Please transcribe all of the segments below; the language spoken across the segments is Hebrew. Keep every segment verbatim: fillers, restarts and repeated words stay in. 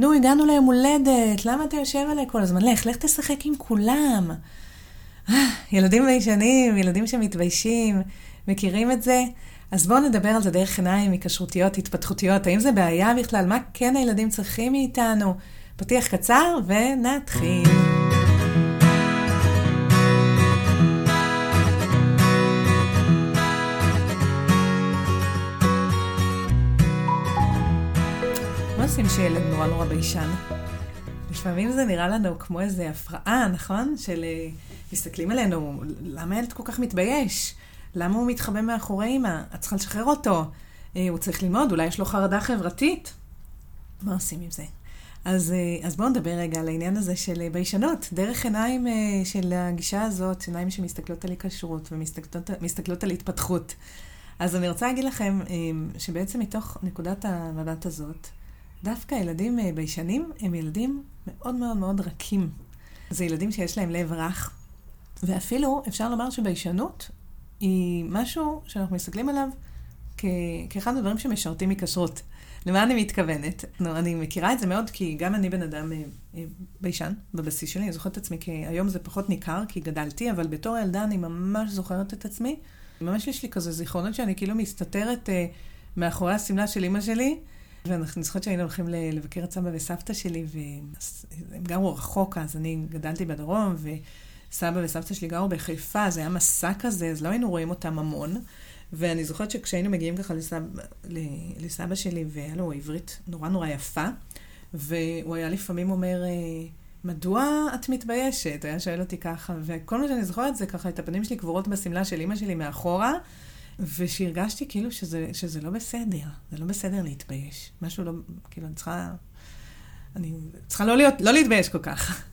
נו, הגענו ליום הולדת, למה אתה יושב עליי כל הזמן? לך, לך תשחק עם כולם. ילדים ביישנים, ילדים שמתביישים, מכירים את זה? אז בואו נדבר על זה דרך עיניים היקשרותיות, התפתחותיות. האם זה בעיה בכלל? מה כן הילדים צריכים מאיתנו? פתיח קצר ונתחיל. מה עושים שילד נורא נורא ביישן? לפעמים זה נראה לנו כמו איזו הפרעה, נכון? של מסתכלים עלינו, למה הילד כל כך מתבייש? למה הוא מתחבא מאחורי אמא? את צריכה לשחרר אותו. הוא צריך ללמוד, אולי יש לו חרדה חברתית. מה עושים עם זה? אז, אז בואו נדבר רגע על העניין הזה של ביישנות. דרך עיניים של הגישה הזאת, עיניים שמסתכלות על היקשרות ומסתכלות על התפתחות. אז אני רוצה להגיד לכם שבעצם מתוך נקודת המבט הזאת, דווקא ילדים ביישנים הם ילדים מאוד מאוד מאוד רכים. זה ילדים שיש להם לב רך. ואפילו אפשר לומר שביישנות היא משהו שאנחנו מסתכלים עליו כ- כאחד הדברים שמשרתים היקשרות. למה אני מתכוונת? נו, אני מכירה את זה מאוד, כי גם אני בן אדם ביישן בבסיס שלי. אני זוכרת את עצמי, כי היום זה פחות ניכר, כי גדלתי, אבל בתור ילדה אני ממש זוכרת את עצמי. ממש יש לי כזה זיכרונות שאני כאילו מסתתרת מאחורי הסמלה של אמא שלי, ואנחנו זוכרת שהיינו הולכים לבקר את סבא וסבתא שלי, והם גרו רחוק, אז אני גדלתי בדרום, וסבא וסבתא שלי גרו בחיפה, זה היה מסע כזה, אז לא היינו רואים אותם המון. ואני זוכרת שכשהיינו מגיעים ככה לסבא, לסבא שלי, והיה לו עברית נורא נורא יפה, והוא היה לפעמים אומר, מדוע את מתביישת? היה שואל אותי ככה, וכל מה שאני זוכרת זה ככה, את הפנים שלי קבורות בסמלה של אמא שלי מאחורה, ושהרגשתי כאילו שזה, שזה לא בסדר, זה לא בסדר להתבייש. משהו לא, כאילו אני צריכה, אני צריכה לא להיות, לא להתבייש כל כך.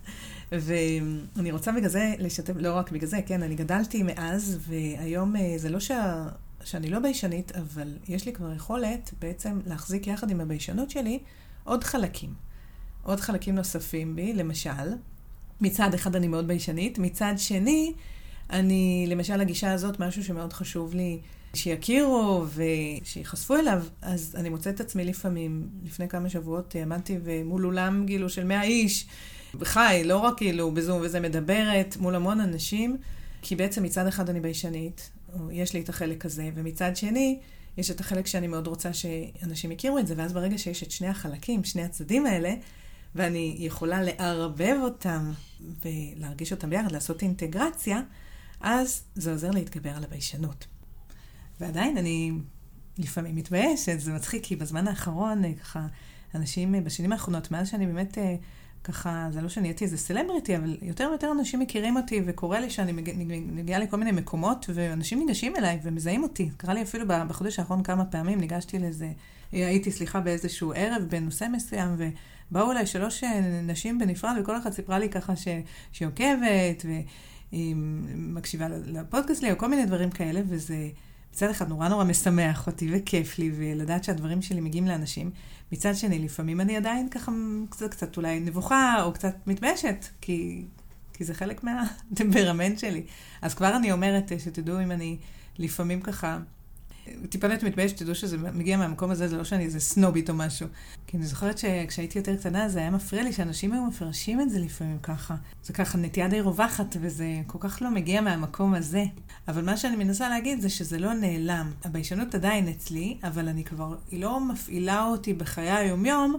ואני רוצה בגלל זה לשתף, לא רק בגלל זה, כן, אני גדלתי מאז, והיום זה לא שה, שאני לא ביישנית, אבל יש לי כבר יכולת בעצם להחזיק יחד עם הביישנות שלי עוד חלקים. עוד חלקים נוספים בי, למשל, מצד אחד אני מאוד ביישנית, מצד שני, אני, למשל, הגישה הזאת, משהו שמאוד חשוב לי שיכירו ושיחשפו אליו, אז אני מוצאת את עצמי לפעמים, לפני כמה שבועות עמדתי ומול אולם גילו של מאה איש, חי, לא רק כאילו בזום וזה מדברת, מול המון אנשים, כי בעצם מצד אחד אני ביישנית, או יש לי את החלק הזה, ומצד שני, יש את החלק שאני מאוד רוצה שאנשים יכירו את זה, ואז ברגע שיש את שני החלקים, שני הצדדים האלה, ואני יכולה לערבב אותם ולהרגיש אותם ביחד, לעשות אינטגרציה, אז זה עוזר להתגבר על הביישנות. ועדיין אני לפעמים מתביישת, זה מצחיק, כי בזמן האחרון, ככה, אנשים בשנים האחרונות, מאז שאני באמת, ככה, זה לא שאני הייתי איזה סלבריטי, אבל יותר ויותר אנשים מכירים אותי, וקורא לי שאני מגיעה לכל מיני מקומות, ואנשים ניגשים אליי ומזהים אותי. קרה לי אפילו בחודש האחרון כמה פעמים, ניגשתי לזה, הייתי, סליחה, באיזשהו ערב בנושא מסוים, ובאו אליי שלוש נשים בנפרד, וכל אחד סיפרה לי ככה ש... שהיא עוקבת, והיא מקשיבה לפודקאסט לי, או כל מיני דברים כאלה, וזה מצד אחד נורא נורא משמח אותי, וכיף לי, ולדעת שהדברים שלי מגיעים לאנשים. מצד שני, לפעמים אני עדיין ככה קצת, קצת אולי נבוכה, או קצת מתביישת, כי, כי זה חלק מהטמפרמנט שלי. אז כבר אני אומרת שתדעו אם אני לפעמים ככה, טיפנת מתביישת, תדעו שזה מגיע מהמקום הזה, זה לא שאני איזה סנובית או משהו. כי אני זוכרת שכשהייתי יותר קטנה, זה היה מפריע לי שאנשים היו מפרשים את זה לפעמים ככה. זה ככה נטייה די רווחת, וזה כל כך לא מגיע מהמקום הזה. אבל מה שאני מנסה להגיד זה שזה לא נעלם. הביישנות עדיין אצלי, אבל אני כבר, היא לא מפעילה אותי בחיי היום-יום,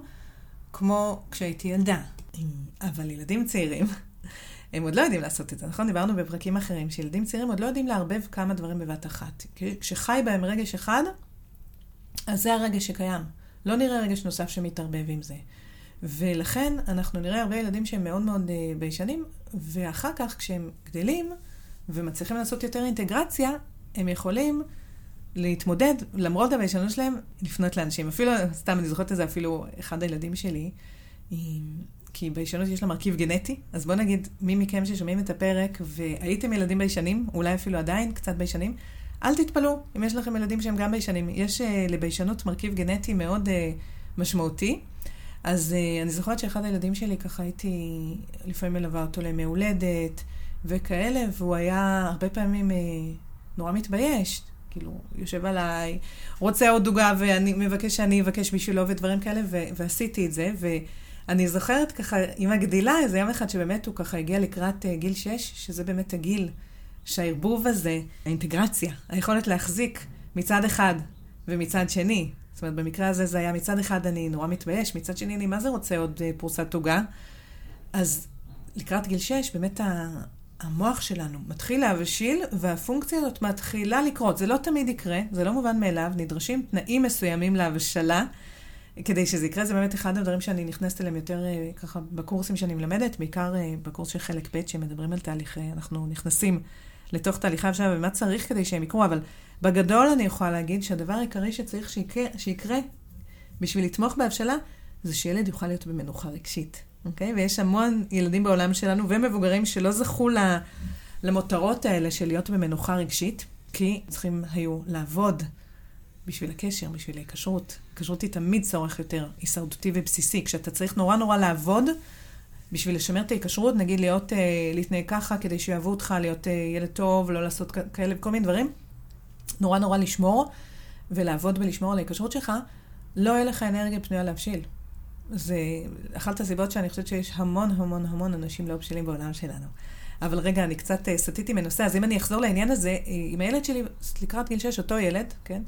כמו כשהייתי ילדה. אבל ילדים צעירים, הם עוד לא יודעים לעשות את זה, נכון? דיברנו בפרקים אחרים, שילדים צעירים עוד לא יודעים לערבב כמה דברים בבת אחת. כשחי בהם רגש אחד, אז זה הרגש שקיים. לא נראה רגש נוסף שמתערבב עם זה. ולכן אנחנו נראה הרבה ילדים שהם מאוד מאוד ביישנים, ואחר כך כשהם גדלים ומצליחים לעשות יותר אינטגרציה, הם יכולים להתמודד, למרות הביישנות שלהם, לפנות לאנשים. אפילו, סתם אני זוכרת את זה, אפילו אחד הילדים שלי, כי ביישנות יש לה מרכיב גנטי, אז בוא נגיד, מי מכם ששומעים את הפרק, והייתם ילדים ביישנים, אולי אפילו עדיין קצת ביישנים, אל תתפלו אם יש לכם ילדים שהם גם ביישנים. יש uh, לביישנות מרכיב גנטי מאוד uh, משמעותי, אז uh, אני זוכרת שאחד הילדים שלי, ככה הייתי לפעמים מלווה אותו לימי הולדת וכאלה, והוא היה הרבה פעמים uh, נורא מתבייש, כאילו, יושב עליי, רוצה עוד דוגה, ואני מבקש שאני אבקש בשבילו ודברים כאלה, ו- ועשיתי את זה, ו... אני זוכרת ככה, עם הגדילה, איזה יום אחד שבאמת הוא ככה הגיע לקראת uh, גיל שש, שזה באמת הגיל שהערבוב הזה, האינטגרציה, היכולת להחזיק מצד אחד ומצד שני. זאת אומרת, במקרה הזה זה היה מצד אחד אני נורא מתבייש, מצד שני אני מה זה רוצה עוד uh, פרוסת תוגה. אז לקראת גיל שש, באמת ה... המוח שלנו מתחיל להבשיל, והפונקציה הזאת מתחילה לקרות. זה לא תמיד יקרה, זה לא מובן מאליו, נדרשים תנאים מסוימים להבשלה, כדי שזה יקרה. זה באמת אחד הדברים שאני נכנסת אליהם יותר ככה בקורסים שאני מלמדת, בעיקר בקורס של חלק ב' שמדברים על תהליכי, אנחנו נכנסים לתוך תהליכי הבשלה, ומה צריך כדי שהם יקרו, אבל בגדול אני יכולה להגיד שהדבר העיקרי שצריך שיקרה, שיקרה בשביל לתמוך בהבשלה, זה שילד יוכל להיות במנוחה רגשית. אוקיי? ויש המון ילדים בעולם שלנו ומבוגרים שלא זכו למותרות האלה של להיות במנוחה רגשית, כי צריכים היו לעבוד בשביל הקשר, בשביל ההיקשרות. הקשרות היא תמיד צורך יותר הישרדותי ובסיסי. כשאתה צריך נורא נורא לעבוד בשביל לשמר את ההיקשרות, נגיד להיות, להתנהג ככה כדי שיאהבו אותך, להיות ילד טוב, לא לעשות כאלה וכל מיני דברים, נורא נורא לשמור ולעבוד ולשמור על ההיקשרות שלך, לא יהיה לך אנרגיה פנויה להבשיל. זה אחת הסיבות שאני חושבת שיש המון המון המון אנשים לא בשלים בעולם שלנו. אבל רגע, אני קצת סטיתי מנושא, אז אם אני אחזור לעניין הזה, עם הילד שלי, לקראת גיל שש, אותו ילד, כן,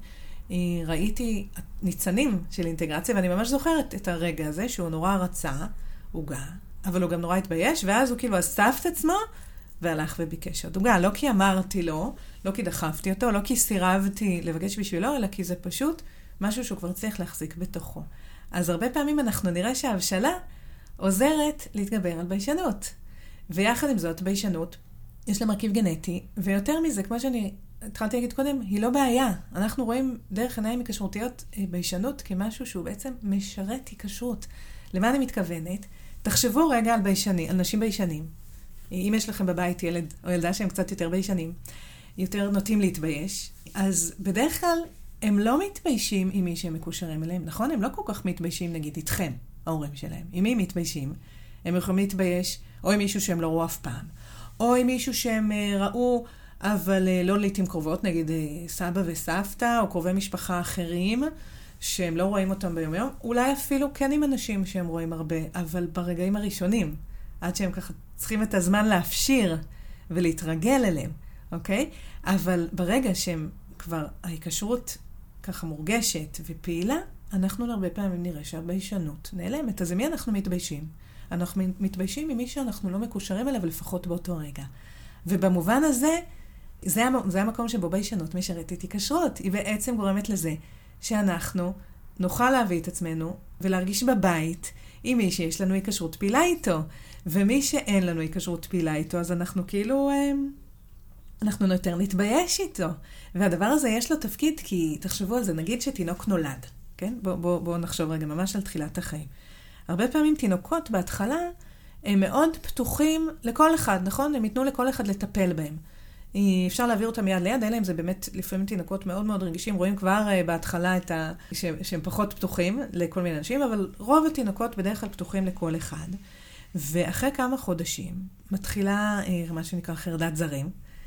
ראיתי ניצנים של אינטגרציה, ואני ממש זוכרת את הרגע הזה, שהוא נורא רצה, עוגה, אבל הוא גם נורא התבייש, ואז הוא כאילו אסף את עצמו, והלך וביקש עוד עוגה. לא כי אמרתי לו, לא כי דחפתי אותו, לא כי סירבתי לבקש בשבילו, אלא כי זה פשוט משהו שהוא כבר צריך להחזיק בתוכו. אז הרבה פעמים אנחנו נראה שההבשלה עוזרת להתגבר על ביישנות. ויחד עם זאת, ביישנות, יש לה מרכיב גנטי, ויותר מזה, כמו שאני התחלתי להגיד קודם, היא לא בעיה. אנחנו רואים דרך עיניים היקשרותיות ביישנות כמשהו שהוא בעצם משרת היקשרות. למה אני מתכוונת? תחשבו רגע על ביישנים, על נשים ביישנים. אם יש לכם בבית ילד או ילדה שהם קצת יותר ביישנים, יותר נוטים להתבייש, אז בדרך כלל הם לא מתביישים עם מי שהם מקושרים אליהם, נכון? הם לא כל כך מתביישים, נגיד, איתכם, ההורים שלהם. עם מי מתביישים? הם יכולים להתבייש או עם מישהו שהם לא ראו אף פעם, או עם מישהו שהם ראו, אבל לא לעתים קרובות, נגיד סבא וסבתא, או קרובי משפחה אחרים, שהם לא רואים אותם ביום יום, אולי אפילו כן עם אנשים שהם רואים הרבה, אבל ברגעים הראשונים, עד שהם ככה צריכים את הזמן להפשיר ולהתרגל אליהם, אוקיי? אבל ברגע שהם כבר ההיקשרות ככה מורגשת ופעילה, אנחנו הרבה פעמים נראה שהביישנות נעלמת. אז עם מי אנחנו מתביישים? אנחנו מתביישים ממי שאנחנו לא מקושרים אליו, לפחות באותו רגע. ובמובן הזה, זה, זה המקום שבו ביישנות משרתת היקשרות. היא בעצם גורמת לזה שאנחנו נוכל להביא את עצמנו ולהרגיש בבית עם מי שיש לנו היקשרות פעילה איתו. ומי שאין לנו היקשרות פעילה איתו, אז אנחנו כאילו... אנחנו יותר נתבייש איתו. והדבר הזה יש לו תפקיד, כי תחשבו על זה, נגיד שתינוק נולד, כן? בואו בוא, בוא נחשוב רגע ממש על תחילת החיים. הרבה פעמים תינוקות בהתחלה הם מאוד פתוחים לכל אחד, נכון? הם ייתנו לכל אחד לטפל בהם. אפשר להעביר אותם מיד ליד, אלה הם זה באמת לפעמים תינוקות מאוד מאוד רגישים, רואים כבר בהתחלה את ה... שהם פחות פתוחים לכל מיני אנשים, אבל רוב התינוקות בדרך כלל פתוחים לכל אחד. ואחרי כמה חודשים מתחילה מה שנקרא חרדת זרים,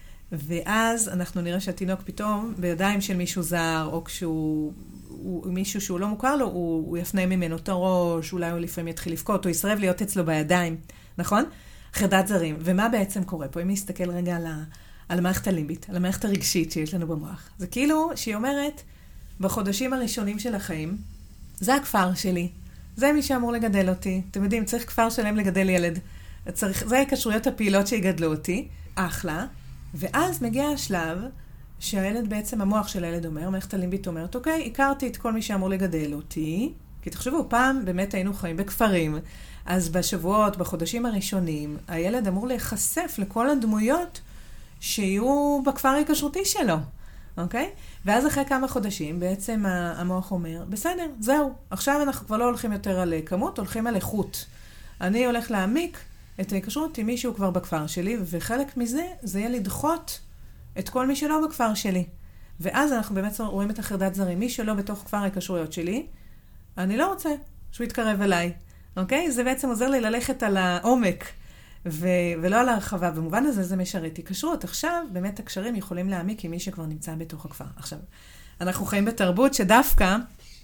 ואז אנחנו נראה שהתינוק פתאום בידיים של מישהו זר, או כשהוא הוא, מישהו שהוא לא מוכר לו, הוא, הוא יפנה ממנו את הראש, אולי הוא לפעמים יתחיל לבכות, הוא יסרב להיות אצלו בידיים, נכון? חרדת זרים. ומה בעצם קורה פה? אם נסתכל רגע על, ה, על המערכת הלימבית, על המערכת הרגשית שיש לנו במוח. זה כאילו שהיא אומרת, בחודשים הראשונים של החיים, זה הכפר שלי, זה מי שאמור לגדל אותי. אתם יודעים, צריך כפר שלם לגדל ילד. צריך, זה ההיקשרויות הפעילות שיגדלו אותי, אחלה. ואז מגיע השלב שהילד בעצם, המוח של הילד אומר, מערכת הלימבית אומרת, אוקיי, הכרתי את כל מי שאמור לגדל אותי, כי תחשבו, פעם באמת היינו חיים בכפרים, אז בשבועות, בחודשים הראשונים, הילד אמור להיחשף לכל הדמויות שיהיו בכפר ההיקשרותי שלו, אוקיי? ואז אחרי כמה חודשים, בעצם המוח אומר, בסדר, זהו, עכשיו אנחנו כבר לא הולכים יותר על כמות, הולכים על איכות. אני הולך להעמיק את ההיקשרות עם מישהו כבר בכפר שלי, וחלק מזה זה יהיה לדחות את כל מי שלא בכפר שלי. ואז אנחנו באמת רואים את החרדת זרים. מי שלא בתוך כפר ההיקשרויות שלי, אני לא רוצה שהוא יתקרב אליי. אוקיי? זה בעצם עוזר לי ללכת על העומק, ו- ולא על הרחבה. במובן הזה זה משרת היקשרות. עכשיו באמת הקשרים יכולים להעמיק עם מי שכבר נמצא בתוך הכפר. עכשיו, אנחנו חיים בתרבות שדווקא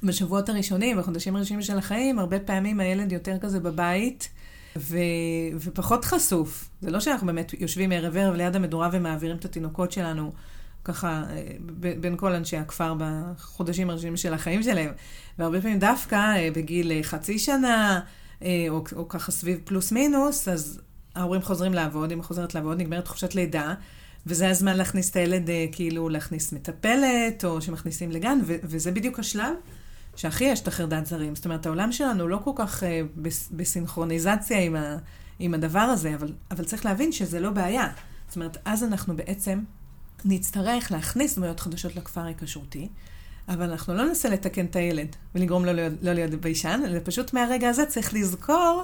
בשבועות הראשונים, בחודשים הראשונים של החיים, הרבה פעמים הילד יותר כזה בבית, ו... ופחות חשוף. זה לא שאנחנו באמת יושבים ערב ערב ליד המדורה ומעבירים את התינוקות שלנו, ככה ב- בין כל אנשי הכפר בחודשים הראשונים של החיים שלהם. והרבה פעמים דווקא בגיל חצי שנה, או, או ככה סביב פלוס מינוס, אז ההורים חוזרים לעבוד, אמא חוזרת לעבוד, נגמרת חופשת לידה, וזה הזמן להכניס את הילד, כאילו להכניס מטפלת, או שמכניסים לגן, ו- וזה בדיוק השלב שהכי יש את החרדת זרים. זאת אומרת, העולם שלנו לא כל כך בס- בסינכרוניזציה עם, ה- עם הדבר הזה, אבל, אבל צריך להבין שזה לא בעיה. זאת אומרת, אז אנחנו בעצם נצטרך להכניס דמויות חדשות לכפר ההיקשרותי, אבל אנחנו לא ננסה לתקן את הילד ולגרום לו לא להיות ביישן, אלא פשוט מהרגע הזה צריך לזכור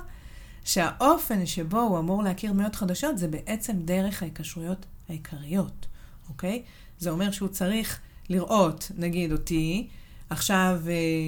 שהאופן שבו הוא אמור להכיר דמויות חדשות זה בעצם דרך ההיקשרויות העיקריות, אוקיי? זה אומר שהוא צריך לראות, נגיד אותי, עכשיו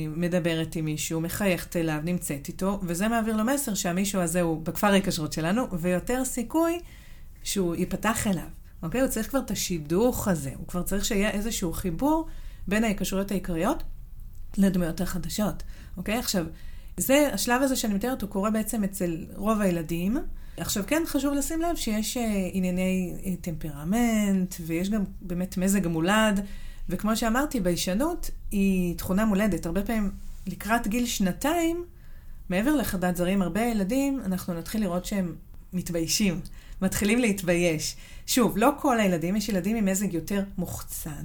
מדברת עם מישהו, מחייכת אליו, נמצאת איתו, וזה מעביר לו מסר שהמישהו הזה הוא בכפר ההיקשרות שלנו, ויותר סיכוי שהוא ייפתח אליו. אוקיי? הוא צריך כבר את השידוך הזה. הוא כבר צריך שיהיה איזשהו חיבור בין ההיקשרויות העיקריות לדמויות החדשות. אוקיי? עכשיו, זה, השלב הזה שאני מתארת, הוא קורה בעצם אצל רוב הילדים. עכשיו, כן חשוב לשים לב שיש ענייני טמפרמנט, ויש גם באמת מזג מולד, וכמו שאמרתי, ביישנות היא תכונה מולדת. הרבה פעמים לקראת גיל שנתיים, מעבר לחרדת זרים, הרבה ילדים, אנחנו נתחיל לראות שהם מתביישים. מתחילים להתבייש. שוב, לא כל הילדים, יש ילדים עם מזג יותר מוחצן,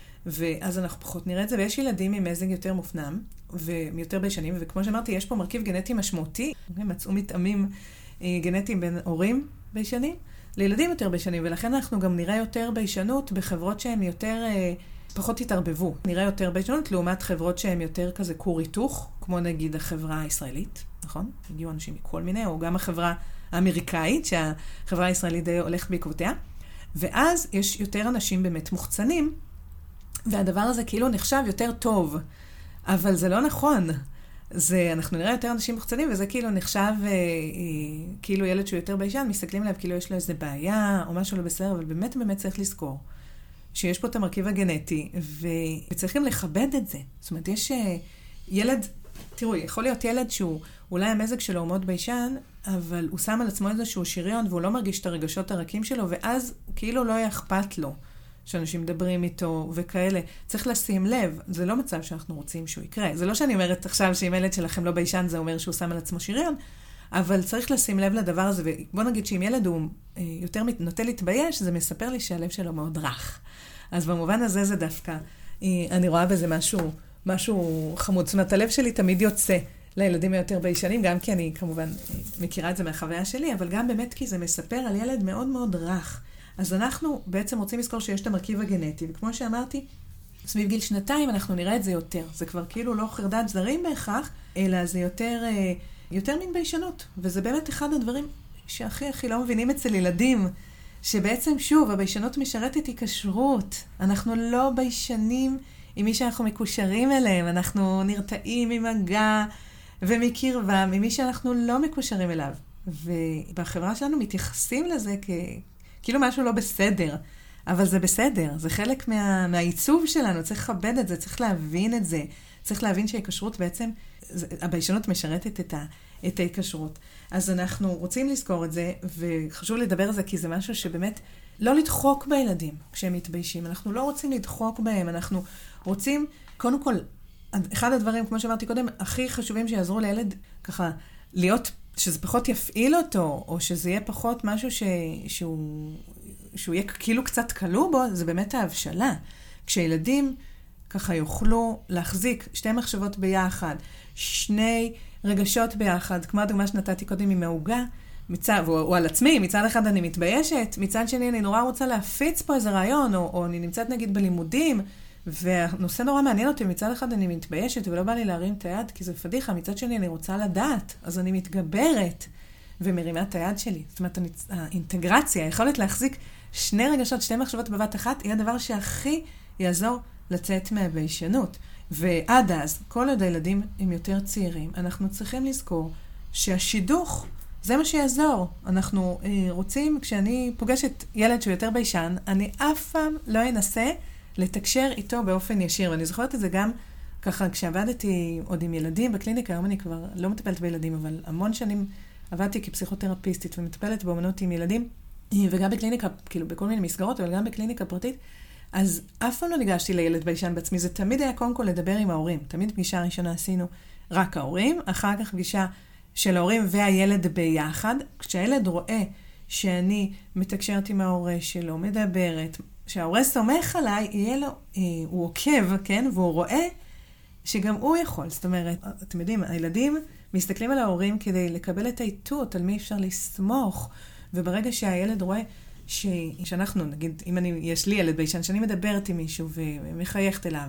ואז אנחנו פחות נראה את זה, ויש ילדים עם מזג יותר מופנם, ויותר ביישנים, וכמו שאמרתי, יש פה מרכיב גנטי משמעותי, מצאו מתאמים גנטיים בין הורים ביישנים, לילדים יותר ביישנים, ולכן אנחנו גם נראה יותר ביישנות בחברות שהן יותר, פחות התערבבו. נראה יותר ביישנות לעומת חברות שהן יותר כזה כור היתוך, כמו נגיד החברה הישראלית, נכון? הגיעו אנשים מכל מיני, או גם החברה האמריקאית, שהחברה הישראלית די הולכת בעקבותיה, ואז יש יותר אנשים באמת מוחצנים, והדבר הזה כאילו נחשב יותר טוב, אבל זה לא נכון. זה, אנחנו נראה יותר אנשים מוחצנים, וזה כאילו נחשב, אה, אה, כאילו ילד שהוא יותר ביישן, מסתכלים עליו כאילו יש לו איזו בעיה, או משהו לא בסדר, אבל באמת באמת צריך לזכור, שיש פה את המרכיב הגנטי, ו... וצריכים לכבד את זה. זאת אומרת, יש אה, ילד, תראו, יכול להיות ילד שהוא, אולי המזג שלו הוא מאוד ביישן, אבל הוא שם על עצמו איזשהו שריון, והוא לא מרגיש את הרגשות הרכים שלו, ואז כאילו לא יהיה אכפת לו שאנשים מדברים איתו וכאלה. צריך לשים לב, זה לא מצב שאנחנו רוצים שהוא יקרה. זה לא שאני אומרת עכשיו שאם ילד שלכם לא ביישן, זה אומר שהוא שם על עצמו שריון, אבל צריך לשים לב לדבר הזה, ובוא נגיד שאם ילד הוא יותר נוטה להתבייש, זה מספר לי שהלב שלו מאוד רך. אז במובן הזה זה דווקא, אני רואה בזה משהו, משהו חמוד. זאת אומרת, הלב שלי תמיד יוצא לילדים היותר ביישנים, גם כי אני כמובן מכירה את זה מהחוויה שלי, אבל גם באמת כי זה מספר על ילד מאוד מאוד רך. אז אנחנו בעצם רוצים לזכור שיש את המרכיב הגנטי, וכמו שאמרתי, סביב גיל שנתיים אנחנו נראה את זה יותר. זה כבר כאילו לא חרדת זרים בהכרח, אלא זה יותר, יותר מין ביישנות. וזה באמת אחד הדברים שהכי הכי לא מבינים אצל ילדים, שבעצם שוב, הביישנות משרתת היקשרות. אנחנו לא ביישנים עם מי שאנחנו מקושרים אליהם, אנחנו נרתעים ממגע ומקרבה, ממי שאנחנו לא מקושרים אליו. ובחברה שלנו מתייחסים לזה כ... כאילו משהו לא בסדר, אבל זה בסדר, זה חלק מה, מהעיצוב שלנו, צריך לכבד את זה, צריך להבין את זה, צריך להבין שההיקשרות בעצם, הביישנות משרתת את, ה, את ההיקשרות. אז אנחנו רוצים לזכור את זה, וחשוב לדבר על זה, כי זה משהו שבאמת לא לדחוק בילדים כשהם מתביישים, אנחנו לא רוצים לדחוק בהם, אנחנו רוצים, קודם כל, אחד הדברים, כמו שאמרתי קודם, הכי חשובים שיעזרו לילד ככה להיות שזה פחות יפעיל אותו, או שזה יהיה פחות משהו ש... שהוא... שהוא יהיה כאילו קצת קלו בו, זה באמת ההבשלה. כשילדים ככה יוכלו להחזיק שתי מחשבות ביחד, שני רגשות ביחד, כמו הדוגמה שנתתי קודם עם העוגה, מצד, או, או על עצמי, מצד אחד אני מתביישת, מצד שני אני נורא רוצה להפיץ פה איזה רעיון, או, או אני נמצאת נגיד בלימודים, והנושא נורא מעניין אותי, מצד אחד אני מתביישת ולא בא לי להרים את היד, כי זה פדיחה, מצד שני אני רוצה לדעת, אז אני מתגברת ומרימה את היד שלי. זאת אומרת, האינטגרציה, היכולת להחזיק שני רגשות, שתי מחשבות בבת אחת, היא הדבר שהכי יעזור לצאת מהביישנות. ועד אז, כל עוד הילדים הם יותר צעירים, אנחנו צריכים לזכור שהשידוך, זה מה שיעזור. אנחנו אה, רוצים, כשאני פוגשת ילד שהוא יותר ביישן, אני אף פעם לא אנסה לתקשר איתו באופן ישיר. ואני זוכרת את זה גם ככה, כשעבדתי עוד עם ילדים בקליניקה, היום אני כבר לא מטפלת בילדים, אבל המון שנים עבדתי כפסיכותרפיסטית ומטפלת באמנות עם ילדים, וגם בקליניקה, כאילו בכל מיני מסגרות, אבל גם בקליניקה פרטית, אז אף פעם לא ניגשתי לילד ביישן בעצמי, זה תמיד היה קודם כל לדבר עם ההורים. תמיד פגישה ראשונה עשינו רק ההורים, אחר כך פגישה של ההורים והילד ביחד. כשהילד רואה שאני מתקשרת עם ההורה שלו, מדברת, שההורה סומך עליי, יהיה לו, אה, הוא עוקב, כן? והוא רואה שגם הוא יכול. זאת אומרת, אתם יודעים, הילדים מסתכלים על ההורים כדי לקבל את האיתות, על מי אפשר לסמוך, וברגע שהילד רואה ש... שאנחנו, נגיד, אם אני, יש לי ילד ביישן, שאני מדברת עם מישהו ומחייכת אליו,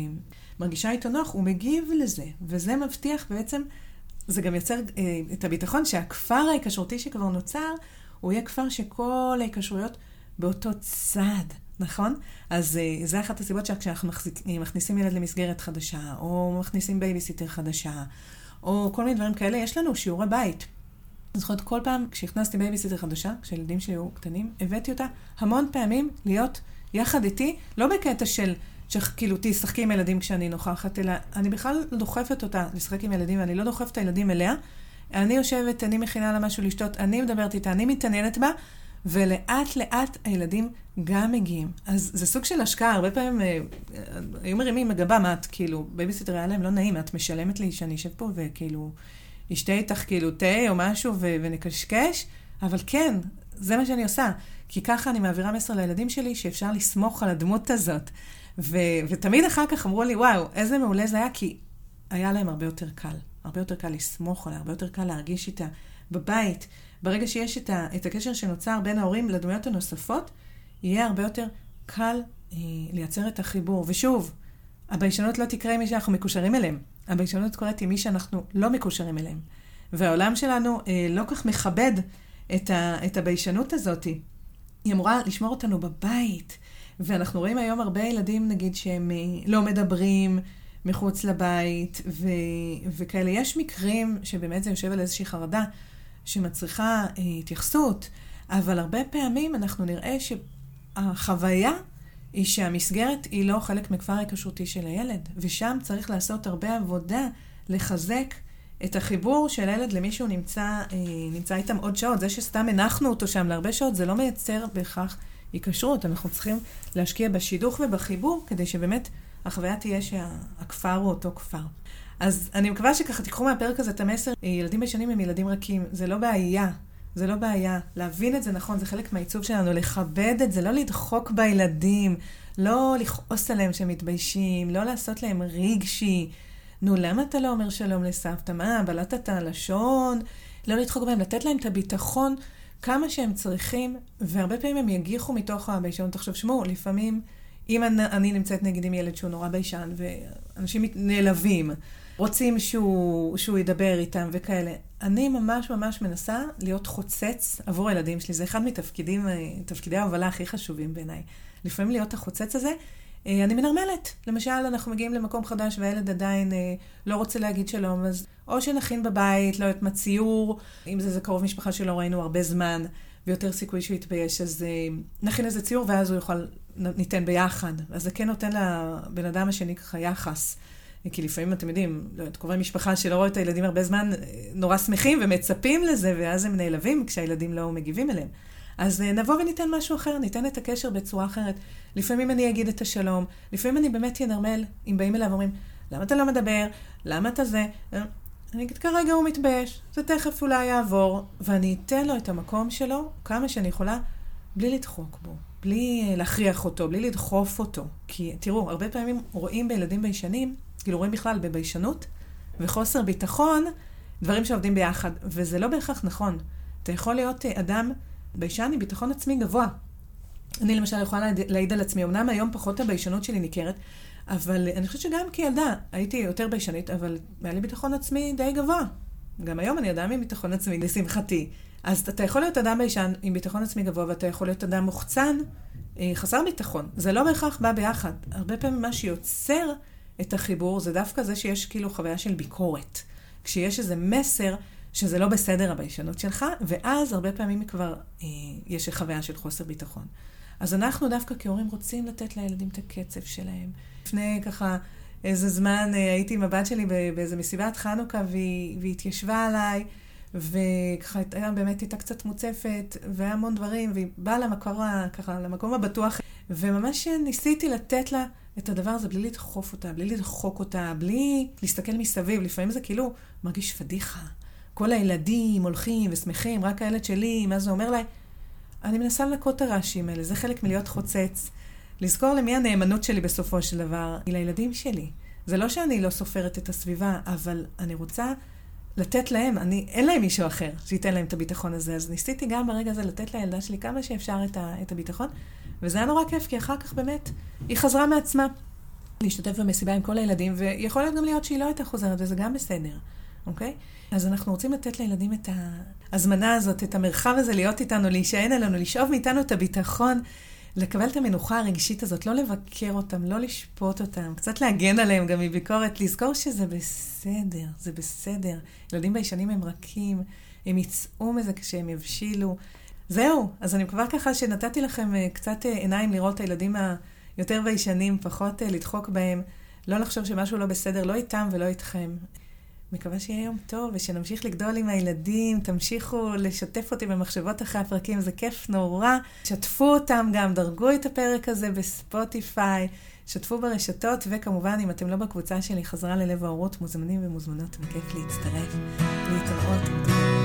ומרגישה איתו נוח, הוא מגיב לזה, וזה מבטיח בעצם, זה גם יוצר אה, את הביטחון שהכפר ההיקשרותי שכבר נוצר, הוא יהיה כפר שכל ההיקשרויות באותו צד, נכון? אז אה, זה אחת הסיבות שכשאנחנו מכניסים ילד למסגרת חדשה, או מכניסים בייביסיטר חדשה, או כל מיני דברים כאלה, יש לנו שיעורי בית. אני זוכרת כל פעם, כשהכנסתי בייביסיטר חדשה, כשילדים שלי היו קטנים, הבאתי אותה המון פעמים להיות יחד איתי, לא בקטע של, שכאילו תשחקי עם ילדים כשאני נוכחת, אלא אני בכלל דוחפת אותה לשחק עם ילדים, ואני לא דוחפת את הילדים אליה. אני יושבת, אני מכינה לה משהו לשתות, אני מדברת איתה, אני מתעניינת בה, ולאט לאט הילדים גם מגיעים. אז זה סוג של השקעה, הרבה פעמים אה, היו מרימים מגבה, מה את כאילו, בייביסיטר היה להם לא נעים, את משלמת לי שאני אשב פה וכאילו ישתה איתך כאילו תה או משהו ו- ונקשקש, אבל כן, זה מה שאני עושה. כי ככה אני מעבירה מסר לילדים שלי שאפשר לסמוך על הדמות הזאת. ו- ותמיד אחר כך אמרו לי, וואו, איזה מעולה זה היה, כי היה להם הרבה יותר קל. הרבה יותר קל לסמוך עליה, הרבה יותר קל להרגיש איתה בבית. ברגע שיש את, ה- את הקשר שנוצר בין ההורים לדמויות הנוספות, יהיה הרבה יותר קל אה, לייצר את החיבור. ושוב, הביישנות לא תקרה עם מי שאנחנו מקושרים אליהם. הביישנות קורית עם מי שאנחנו לא מקושרים אליהם. והעולם שלנו אה, לא כך מכבד את, ה, את הביישנות הזאת. היא אמורה לשמור אותנו בבית. ואנחנו רואים היום הרבה ילדים, נגיד, שהם אה, לא מדברים מחוץ לבית, ו, וכאלה. יש מקרים שבאמת זה יושב על איזושהי חרדה שמצריכה אה, התייחסות, אבל הרבה פעמים אנחנו נראה שהחוויה היא שהמסגרת היא לא חלק מכפר ההיקשרותי של הילד, ושם צריך לעשות הרבה עבודה לחזק את החיבור של הילד למישהו נמצא, אה, נמצא איתם עוד שעות. זה שסתם הנחנו אותו שם להרבה שעות, זה לא מייצר בהכרח היקשרות. אנחנו צריכים להשקיע בשידוך ובחיבור, כדי שבאמת החוויה תהיה שהכפר הוא אותו כפר. אז אני מקווה שככה תיקחו מהפרק הזה את המסר, ילדים ביישנים הם ילדים רכים, זה לא בעיה. זה לא בעיה. להבין את זה נכון, זה חלק מהעיצוב שלנו, לכבד את זה, לא לדחוק בילדים, לא לכעוס עליהם שהם מתביישים, לא לעשות להם רגשי. נו, למה אתה לא אומר שלום לסבתא? מה, בלעת את הלשון? לא לדחוק בהם, לתת להם את הביטחון כמה שהם צריכים, והרבה פעמים הם יגיחו מתוך הביישנות. תחשוב, שמו, לפעמים, אם אני, אני נמצאת נגיד עם ילד שהוא נורא ביישן, ואנשים נעלבים, רוצים שהוא, שהוא ידבר איתם וכאלה. אני ממש ממש מנסה להיות חוצץ עבור הילדים שלי. זה אחד מתפקידים, תפקידי ההובלה הכי חשובים בעיניי. לפעמים להיות החוצץ הזה, אני מנרמלת. למשל, אנחנו מגיעים למקום חדש והילד עדיין לא רוצה להגיד שלום, אז או שנכין בבית, לא יודעת מה ציור, אם זה, זה קרוב משפחה שלא ראינו הרבה זמן, ויותר סיכוי שהוא יתבייש, אז נכין איזה ציור ואז הוא יוכל, ניתן ביחד. אז זה כן נותן לבן אדם השני ככה יחס. כי לפעמים אתם יודעים, קרובי משפחה שלא רואה את הילדים הרבה זמן, נורא שמחים ומצפים לזה, ואז הם נעלבים כשהילדים לא מגיבים אליהם. אז נבוא וניתן משהו אחר, ניתן את הקשר בצורה אחרת. לפעמים אני אגיד את השלום, לפעמים אני באמת ינרמל, אם באים אליו ואומרים, למה אתה לא מדבר? למה אתה זה? אני אגיד, כרגע הוא מתבייש, זה תכף אולי יעבור, ואני אתן לו את המקום שלו, כמה שאני יכולה, בלי לדחוק בו, בלי להכריח אותו, בלי לדחוף אותו. כי תראו, הרבה פעמים רואים בילדים ביישנים, כאילו רואים בכלל בביישנות וחוסר ביטחון, דברים שעובדים ביחד, וזה לא בהכרח נכון. אתה יכול להיות אדם ביישן עם ביטחון עצמי גבוה. אני למשל יכולה להעיד על עצמי, אמנם היום פחות הביישנות שלי ניכרת, אבל אני חושבת שגם כילדה הייתי יותר ביישנית, אבל היה לי ביטחון עצמי די גבוה. גם היום אני אדם עם ביטחון עצמי, לשמחתי. אז אתה יכול להיות אדם ביישן עם ביטחון עצמי גבוה, ואתה יכול להיות אדם מוחצן, חסר ביטחון. זה לא בהכרח בא ביחד. הרבה פעמים מה שיוצר את החיבור זה דווקא זה שיש כאילו חוויה של ביקורת. כשיש איזה מסר שזה לא בסדר הביישנות שלך, ואז הרבה פעמים כבר אה, יש חוויה של חוסר ביטחון. אז אנחנו דווקא כהורים רוצים לתת לילדים את הקצב שלהם. לפני ככה איזה זמן הייתי עם הבת שלי באיזה מסיבת חנוכה, והיא, והיא התיישבה עליי, וככה הייתה, באמת הייתה קצת מוצפת, והיה המון דברים, והיא באה למקום, ככה, למקום הבטוח, וממש ניסיתי לתת לה את הדבר הזה, בלי לדחוף אותה, בלי לדחוק אותה, בלי להסתכל מסביב. לפעמים זה כאילו מרגיש פדיחה. כל הילדים הולכים ושמחים, רק הילד שלי, מה זה אומר לה? אני מנסה לנקות את הרעשים האלה, זה חלק מלהיות חוצץ. לזכור למי הנאמנות שלי בסופו של דבר, היא לילדים שלי. זה לא שאני לא סופרת את הסביבה, אבל אני רוצה לתת להם, אני, אין להם מישהו אחר שייתן להם את הביטחון הזה, אז ניסיתי גם ברגע הזה לתת לילדה שלי כמה שאפשר את, ה, את הביטחון, וזה היה נורא כיף, כי אחר כך באמת היא חזרה מעצמה להשתתף במסיבה עם כל הילדים, ויכול להיות גם להיות שהיא לא הייתה חוזרת, וזה גם בסדר, אוקיי? אז אנחנו רוצים לתת לילדים את ההזמנה הזאת, את המרחב הזה להיות איתנו, להישען עלינו, לשאוב מאיתנו את הביטחון, לקבל את המנוחה הרגשית הזאת, לא לבקר אותם, לא לשפוט אותם, קצת להגן עליהם גם מביקורת, לזכור שזה בסדר, זה בסדר. ילדים בישנים הם רכים, הם יצאו מזה כשהם יבשילו. זהו, אז אני מקווה ככה שנתתי לכם קצת עיניים לראות את הילדים היותר בישנים, פחות לדחוק בהם, לא לחשוב שמשהו לא בסדר, לא איתם ולא איתכם. מקווה שיהיה יום טוב, ושנמשיך לגדול עם הילדים, תמשיכו לשתף אותי במחשבות אחרי הפרקים, זה כיף נורא. שתפו אותם גם, דרגו את הפרק הזה בספוטיפיי, שתפו ברשתות, וכמובן, אם אתם לא בקבוצה שלי, חזרה ללב ההורות, מוזמנים ומוזמנות, וכיף להצטרף, להתראות.